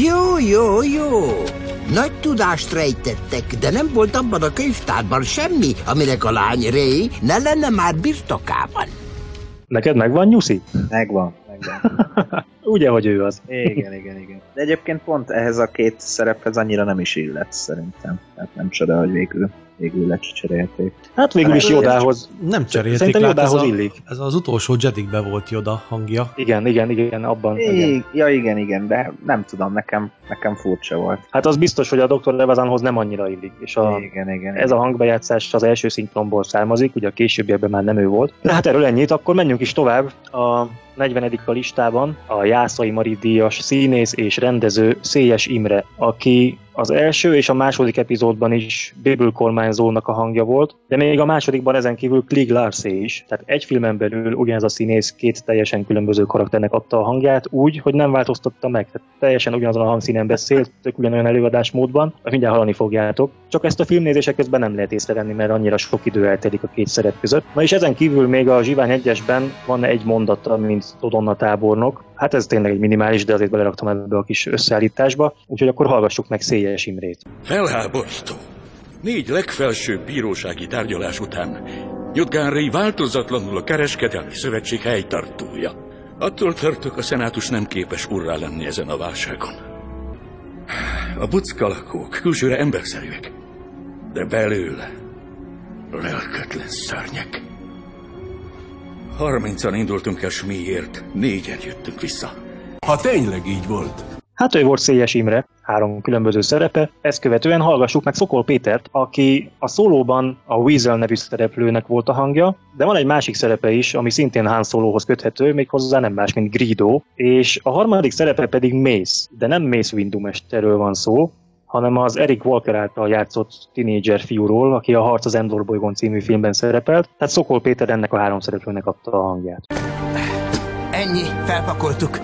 Jó. Nagy tudást rejtettek, de nem volt abban a könyvtárban semmi, aminek a lány Ray ne lenne már birtokában. Neked megvan, Nyuszi? Megvan. Ugye, hogy ő az. Igen. De egyébként pont ehhez a két szerephez annyira nem is illet szerintem. Tehát nem csoda, hogy végül lecserélték. Hát végül is Yodához. Nem cserélték. Szerintem Yodához illik. Ez az utolsó Jedikben volt Yoda hangja. Igen, abban. Igen, de nem tudom, nekem furcsa volt. Hát az biztos, hogy a Dr. Evazanhoz nem annyira illik. És igen. Ez a hangbejátszás az első szinkronból származik, ugye a későbbiekben már nem ő volt. De hát erről ennyit, akkor menjünk is tovább. A 40. a listában a Jászai Mari díjas színész és rendező Szélyes Imre, aki az első és a második epizódban is Bébül kormányzónak a hangja volt, de még a másodikban ezen kívül Klieg Larsé is. Tehát egy filmen belül ugyanez a színész két teljesen különböző karakternek adta a hangját úgy, hogy nem változtatta meg. Tehát teljesen ugyanazon a hangszínen beszélt, tök ugyanolyan előadásmódban, mindjárt hallani fogjátok. Csak ezt a filmnézések közben nem lehet észrevenni, mert annyira sok idő eltelik a két szerep között. Na és ezen kívül még a Zsivány 1-esben van egy mondata, mint Dodonna tábornok. Hát ez tényleg egy minimális, de azért beleraktam ebbe a kis összeállításba, úgyhogy akkor hallgassuk meg Szélyes Imrét. Felháborító. 4 legfelsőbb bírósági tárgyalás után Newt Gunray változatlanul a kereskedelmi szövetség helytartója. Attól tartok, a szenátus nem képes urrá lenni ezen a válságon. A bucka lakók külsőre emberszerűek, de belül lelketlen szörnyek. 30-an indultunk el Smíjért, 4-en jöttünk vissza. Ha tényleg így volt. Hát ő volt Szélyes Imre, 3 különböző szerepe, ezt követően hallgassuk meg Szokol Pétert, aki a szólóban a Weasel nevű szereplőnek volt a hangja, de van egy másik szerepe is, ami szintén Han Solohoz köthető, méghozzá nem más, mint Greedo, és a harmadik szerepe pedig Mace, de nem Mace Windu mesterről van szó, hanem az Eric Walker által játszott tinédzser fiúról, aki a Harc az Endor bolygón című filmben szerepelt, tehát Szokol Péter ennek a 3 szereplőnek adta a hangját. Ennyi, felpakoltuk.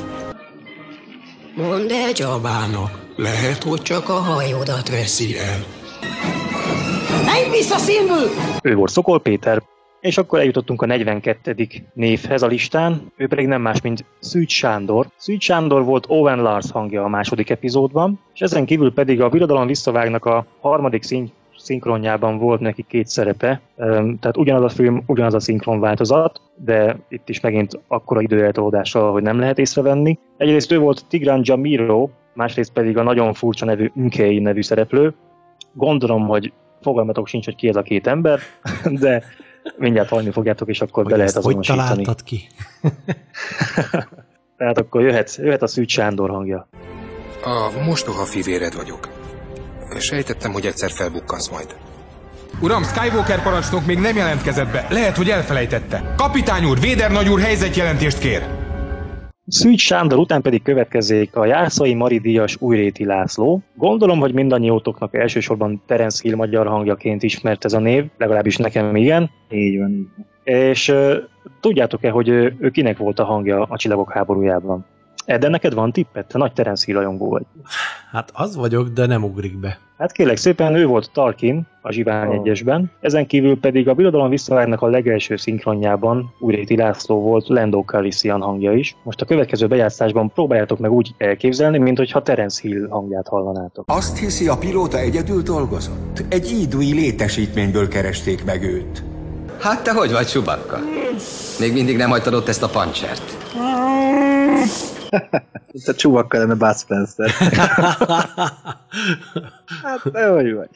Mondd el Csabának, lehet, hogy csak a hajódat veszi el. Menj vissza, Szilvő! Ő volt Szokol Péter, és akkor eljutottunk a 42. névhez a listán, ő pedig nem más, mint Szűcs Sándor. Szűcs Sándor volt Owen Lars hangja a második epizódban, és ezen kívül pedig a Birodalom visszavágnak a harmadik szinkronjában volt neki 2 szerepe, tehát ugyanaz a film, ugyanaz a szinkron változat, de itt is megint akkora időeltolódással, hogy nem lehet észrevenni. Egyrészt ő volt Tigran Jamiro, másrészt pedig a nagyon furcsa nevű Nkei nevű szereplő. Gondolom, hogy fogalmatok sincs, hogy ki ez a 2 ember, de mindjárt hallni fogjátok, és akkor be lehet azonosítani. Hogy találtad ki? Tehát akkor jöhet a Szűcs Sándor hangja. A mostoha fivéred vagyok. Sejtettem, hogy egyszer felbukkansz majd. Uram, Skywalker parancsnok még nem jelentkezett be. Lehet, hogy elfelejtette. Kapitány úr, Vader nagyúr helyzetjelentést kér. Szűcs Sándor után pedig következzék a Jászai Mari díjas Újréti László. Gondolom, hogy mindannyiótoknak elsősorban Terence Hill magyar hangjaként ismert ez a név, legalábbis nekem igen. Így van. És tudjátok-e, hogy ő kinek volt a hangja a Csillagok háborújában? De neked van tippet? Te nagy Terence Hill rajongó vagy. Hát az vagyok, de nem ugrik be. Hát kérlek szépen, ő volt Tarkin a Zsivány egyesben, ezen kívül pedig a Birodalom visszavágnak a legelső szinkronjában Újréti László volt Lando Calrissian hangja is. Most a következő bejátszásban próbáljátok meg úgy elképzelni, mintha Terence Hill hangját hallanátok. Azt hiszi, a pilóta egyedül dolgozott? Egy ídui létesítményből keresték meg őt. Hát te hogy vagy, Chewbacca? Még mindig nem hagytad ott ezt a pancsert. Itt a Chewbacca lenne Bud Spencer. Hát te hogy vagy?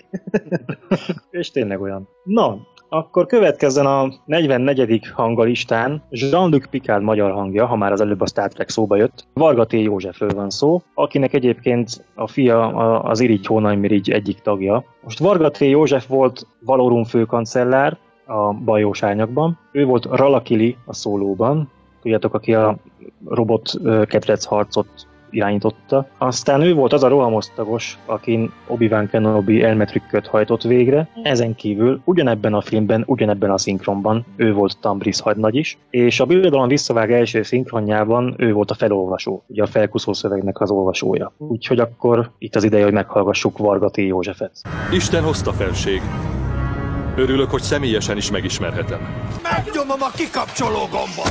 És tényleg olyan. Na, akkor következzen a 44. hang a listán Jean-Luc Picard magyar hangja, ha már az előbb a Star Trek szóba jött. Varga T. Józsefről van szó, akinek egyébként a fia az Irigy Hónajmirigy egyik tagja. Most Varga T. József volt Valorum főkancellár a Bajós Árnyakban. Ő volt Ralakili a Szólóban, tudjátok, aki a robot kedvenc harcot irányította. Aztán ő volt az a rohamosztagos, akin Obi-Wan Kenobi elmetrükköt hajtott végre. Ezen kívül ugyanebben a filmben, ugyanebben a szinkronban ő volt Tambris hadnagy is, és a Birodalom visszavág első szinkronjában ő volt a felolvasó, ugye a felkuszó szövegnek az olvasója. Úgyhogy akkor itt az ideje, hogy meghallgassuk Varga T. Józsefet. Isten hozta, felség. Örülök, hogy személyesen is megismerhetem. Megnyomom a kikapcsoló gombot!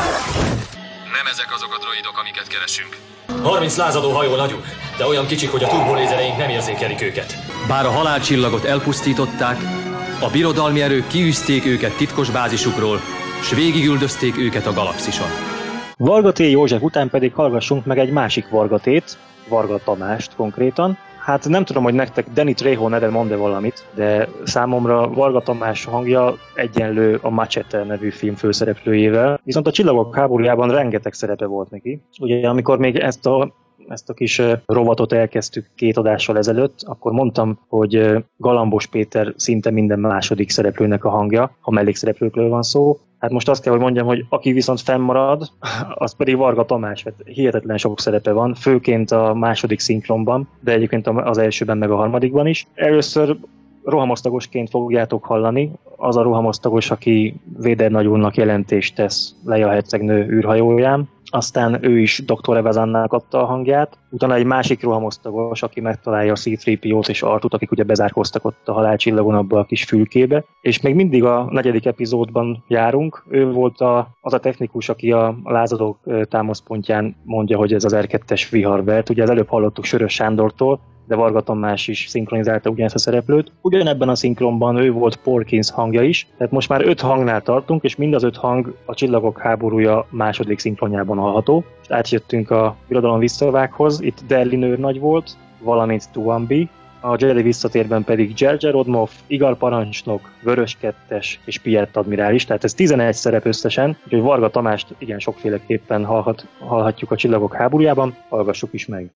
Nem ezek azok a droidok, amiket keresünk. 30 lázadó hajó nagyobb, de olyan kicsik, hogy a turbolézereink nem érzékelik őket. Bár a halálcsillagot elpusztították, a birodalmi erők kiűzték őket titkos bázisukról, s végigüldözték őket a galaxison. Varga T. József után pedig hallgassunk meg egy másik Varga T-t, Varga Tamást konkrétan. Hát nem tudom, hogy nektek Danny Trejo neve mond-e valamit, de számomra Varga Tamás hangja egyenlő a Machete nevű film főszereplőjével, viszont a Csillagok háborújában rengeteg szerepe volt neki. Ugye amikor még ezt a kis rovatot elkezdtük 2 adással ezelőtt, akkor mondtam, hogy Galambos Péter szinte minden második szereplőnek a hangja, ha mellékszereplőkről van szó. Hát most azt kell, hogy mondjam, hogy aki viszont fennmarad, az pedig Varga Tamás, mert hihetetlen sok szerepe van, főként a második szinkronban, de egyébként az elsőben meg a harmadikban is. Először rohamosztagosként fogjátok hallani, az a rohamosztagos, aki Vader nagyúrnak jelentést tesz Leia hercegnő űrhajóján, aztán ő is Dr. Evazannak adta a hangját, utána egy másik rohamosztagos, aki megtalálja a C-3PO-t és Artut, akik ugye bezárkoztak ott a halálcsillagon abba a kis fülkébe, és még mindig a 4. epizódban járunk, ő volt az a technikus, aki a lázadók támaszpontján mondja, hogy ez az R2-es viharvert, ugye az előbb hallottuk Sörös Sándortól, de Varga Tamás is szinkronizálta ugyanezt a szereplőt. Ugyanebben a szinkronban ő volt Porkins hangja is, tehát most már 5 hangnál tartunk, és mind az 5 hang a Csillagok háborúja második szinkronjában hallható. És átjöttünk a Birodalom visszavághoz, itt Derlin őrnagy volt, valamint Tuambi, a Jedi visszatérben pedig Jar Jar Odmoff, Igar parancsnok, Vörös Kettes és Piett admirális, tehát ez 11 szerep összesen, úgyhogy Varga Tamást igen sokféleképpen hallhatjuk a Csillagok háborújában, hallgassuk is meg.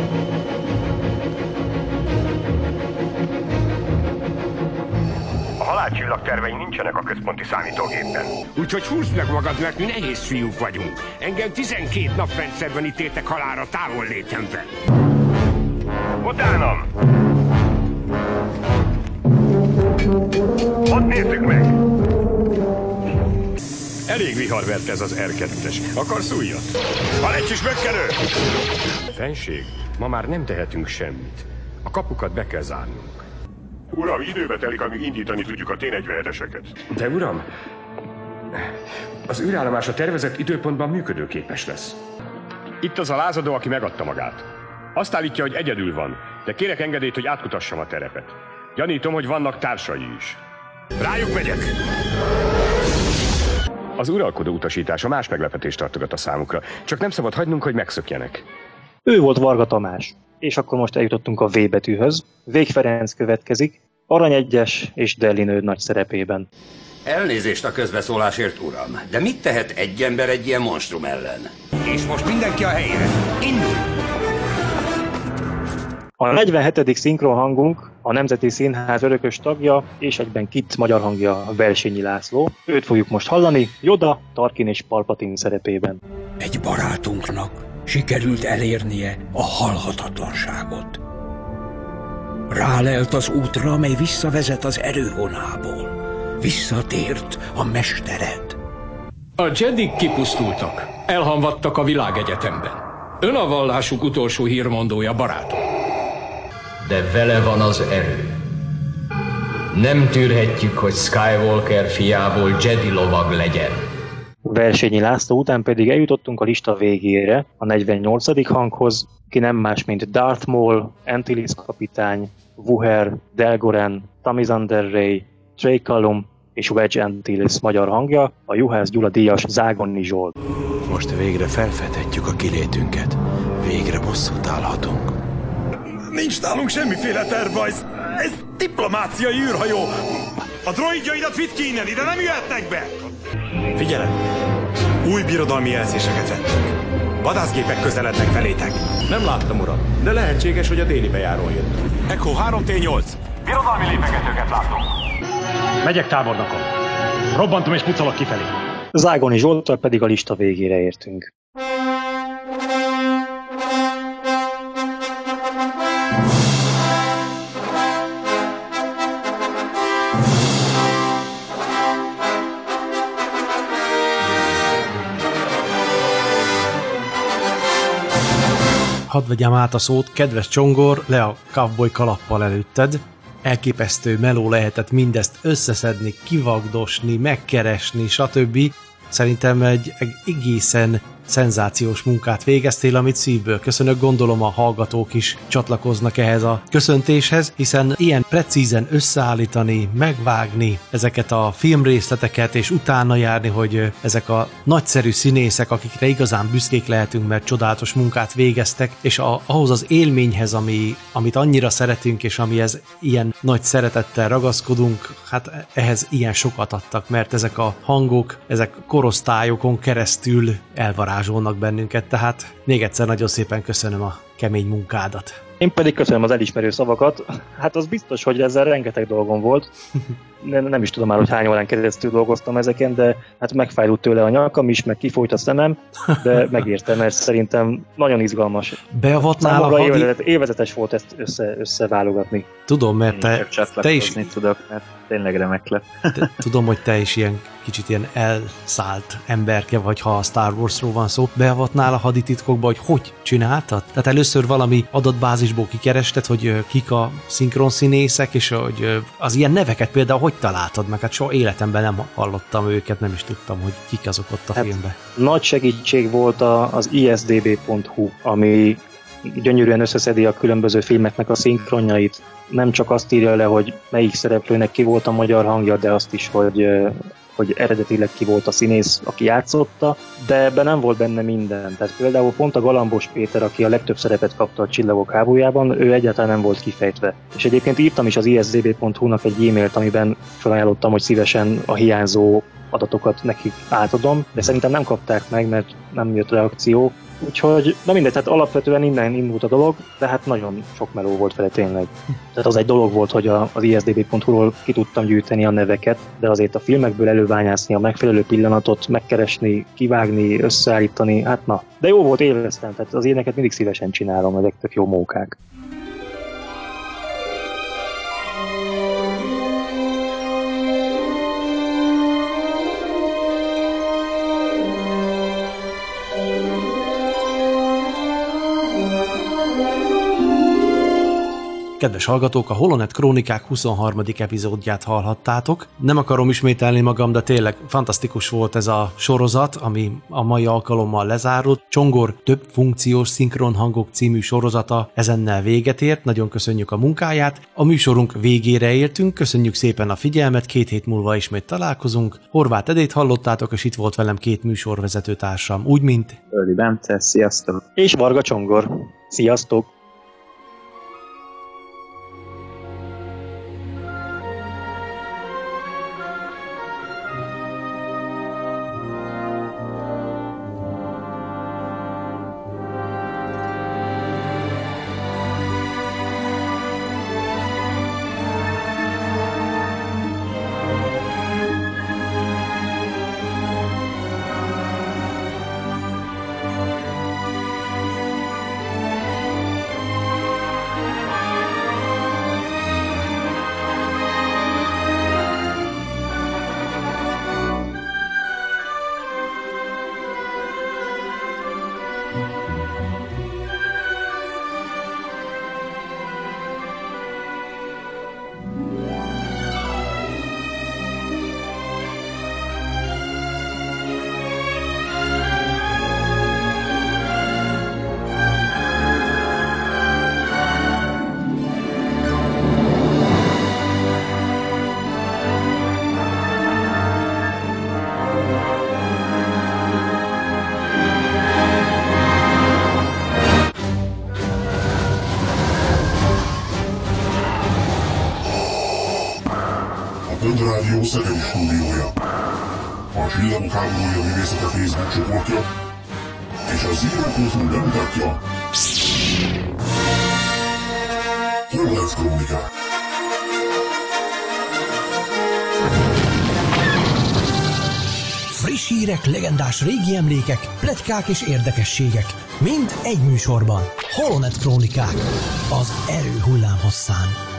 Csillagterveink nincsenek a központi számítógépben. Úgyhogy húzd meg magad, mert mi nehéz fiúk vagyunk. Engem 12 naprendszerben ítéltek halálra távol létemben. Utánam! Ott nézzük meg! Elég viharvert ez az R2-es. Akarsz újat? Van egy kis mökkenő! Fenség, ma már nem tehetünk semmit. A kapukat be kell zárnunk. Uram, időbe telik, amíg indítani tudjuk a T-47-eseket. De uram, az űrállomás a tervezett időpontban működőképes lesz. Itt az a lázadó, aki megadta magát. Azt állítja, hogy egyedül van, de kérek engedélyt, hogy átkutassam a terepet. Gyanítom, hogy vannak társai is. Rájuk megyek! Az uralkodó utasítása más meglepetést tartogat a számukra, csak nem szabad hagynunk, hogy megszökjenek. Ő volt Varga Tamás. És akkor most eljutottunk a V betűhöz. Vég Ferenc következik, Arany egyes és Derlin őrnagy szerepében. Elnézést a közbeszólásért, uram, de mit tehet egy ember egy ilyen monstrum ellen? És most mindenki a helyére. Indul! A 47. szinkron hangunk a Nemzeti Színház örökös tagja, és egyben Kit magyar hangja Velsényi László. Őt fogjuk most hallani, Yoda, Tarkin és Palpatine szerepében. Egy barátunknak sikerült elérnie a halhatatlanságot. Rálelt az útra, amely visszavezet az erővonából. Visszatért a mestered. A Jedik kipusztultak, elhamvadtak a világegyetemben. Ön a vallásuk utolsó hírmondója, barátom. De vele van az erő. Nem tűrhetjük, hogy Skywalker fiából Jedi lovag legyen. Versényi László után pedig eljutottunk a lista végére, a 48. hanghoz, ki nem más, mint Darth Maul, Antilles kapitány, Vuher, Delgoren, Tamizander Rey, Trey Callum és Wedge Antilles magyar hangja, a Juhász Gyula díjas Zágonni Zsolt. Most végre felfedhetjük a kilétünket. Végre bosszút állhatunk. Nincs nálunk semmiféle tervajz. Ez diplomáciai űrhajó. A droidjaidat vidd ki innen, ide nem jöhetnek be! Figyelem! Új birodalmi jelzéseket vettünk. Vadászgépek közelednek felétek. Nem láttam, uram, de lehetséges, hogy a déli bejáról jött. Echo 3T8. Birodalmi lépegetőket látom. Megyek, tábornokom. Robbantom és pucolok kifelé. Zágonni Zsolttal pedig a lista végére értünk. Hadd vegyem át a szót, kedves Csongor, le a cowboy kalappal előtted. Elképesztő meló lehetett mindezt összeszedni, kivagdosni, megkeresni, stb. Szerintem egy egészen szenzációs munkát végeztél, amit szívből köszönök, gondolom a hallgatók is csatlakoznak ehhez a köszöntéshez, hiszen ilyen precízen összeállítani, megvágni ezeket a filmrészleteket, és utána járni, hogy ezek a nagyszerű színészek, akikre igazán büszkék lehetünk, mert csodálatos munkát végeztek, és ahhoz az élményhez, amit annyira szeretünk, és amihez ilyen nagy szeretettel ragaszkodunk, hát ehhez ilyen sokat adtak, mert ezek a hangok, ezek korosztályokon keresztül elvarázsolnak bennünket, tehát még egyszer nagyon szépen köszönöm a kemény munkádat. Én pedig köszönöm az elismerő szavakat. Hát az biztos, hogy ezzel rengeteg dolgom volt. Nem is tudom már, hogy hány órán keresztül dolgoztam ezeken, de hát megfájult tőle a nyakam is, meg kifolyt a szemem, de megértem, mert szerintem nagyon izgalmas. Beavatnál a élvezetes volt ezt összeválogatni. Tudom, mert te is tudok, mert tényleg remek lett. Tudom, hogy te is ilyen kicsit ilyen elszállt emberke vagy, ha a Star Warsról van szó. Beavatnál a hadititkokba, hogy csináltad? Tehát először valami adatbázisból kikerested, hogy kik a szinkronszínészek, és hogy az ilyen neveket például hogy találtad meg? Hát soha életemben nem hallottam őket, nem is tudtam, hogy kik azok ott a filmben. Nagy segítség volt az isdb.hu, ami gyönyörűen összeszedi a különböző filmeknek a szinkronjait. Nem csak azt írja le, hogy melyik szereplőnek ki volt a magyar hangja, de azt is, hogy eredetileg ki volt a színész, aki játszotta, de ebben nem volt benne minden. Tehát például pont a Galambos Péter, aki a legtöbb szerepet kapta a Csillagok háborújában, ő egyáltalán nem volt kifejtve. És egyébként írtam is az isdb.hu-nak egy e-mailt, amiben felajánlottam, hogy szívesen a hiányzó adatokat nekik átadom, de szerintem nem kapták meg, mert nem jött reakció. Úgyhogy, na mindegy, tehát alapvetően innen indult a dolog, de hát nagyon sok meló volt vele tényleg. Tehát az egy dolog volt, hogy az isdb.hu-ról ki tudtam gyűjteni a neveket, de azért a filmekből előbányászni a megfelelő pillanatot, megkeresni, kivágni, összeállítani, hát na. De jó volt, élveztem, tehát az ilyeneket mindig szívesen csinálom, ezek tök jó mókák. Kedves hallgatók, a Holonet Krónikák 23. epizódját hallhattátok. Nem akarom ismételni magam, de tényleg fantasztikus volt ez a sorozat, ami a mai alkalommal lezárult. Csongor több funkciós szinkronhangok című sorozata ezennel véget ért. Nagyon köszönjük a munkáját. A műsorunk végére értünk, köszönjük szépen a figyelmet, 2 hét múlva ismét találkozunk. Horváth Edét hallottátok, és itt volt velem 2 műsorvezető társam, úgy mint Öli Bence, sziasztok! És Varga Csongor, sziasztok! Földrádió Szegedi stúdiója, a Csillagok háborúja művészete Facebook csoportja és a Zero bemutatja Holonet Krónikák. Friss hírek, legendás régi emlékek, pletykák és érdekességek. Mind egy műsorban. Holonet Krónikák. Az erő hullámhosszán.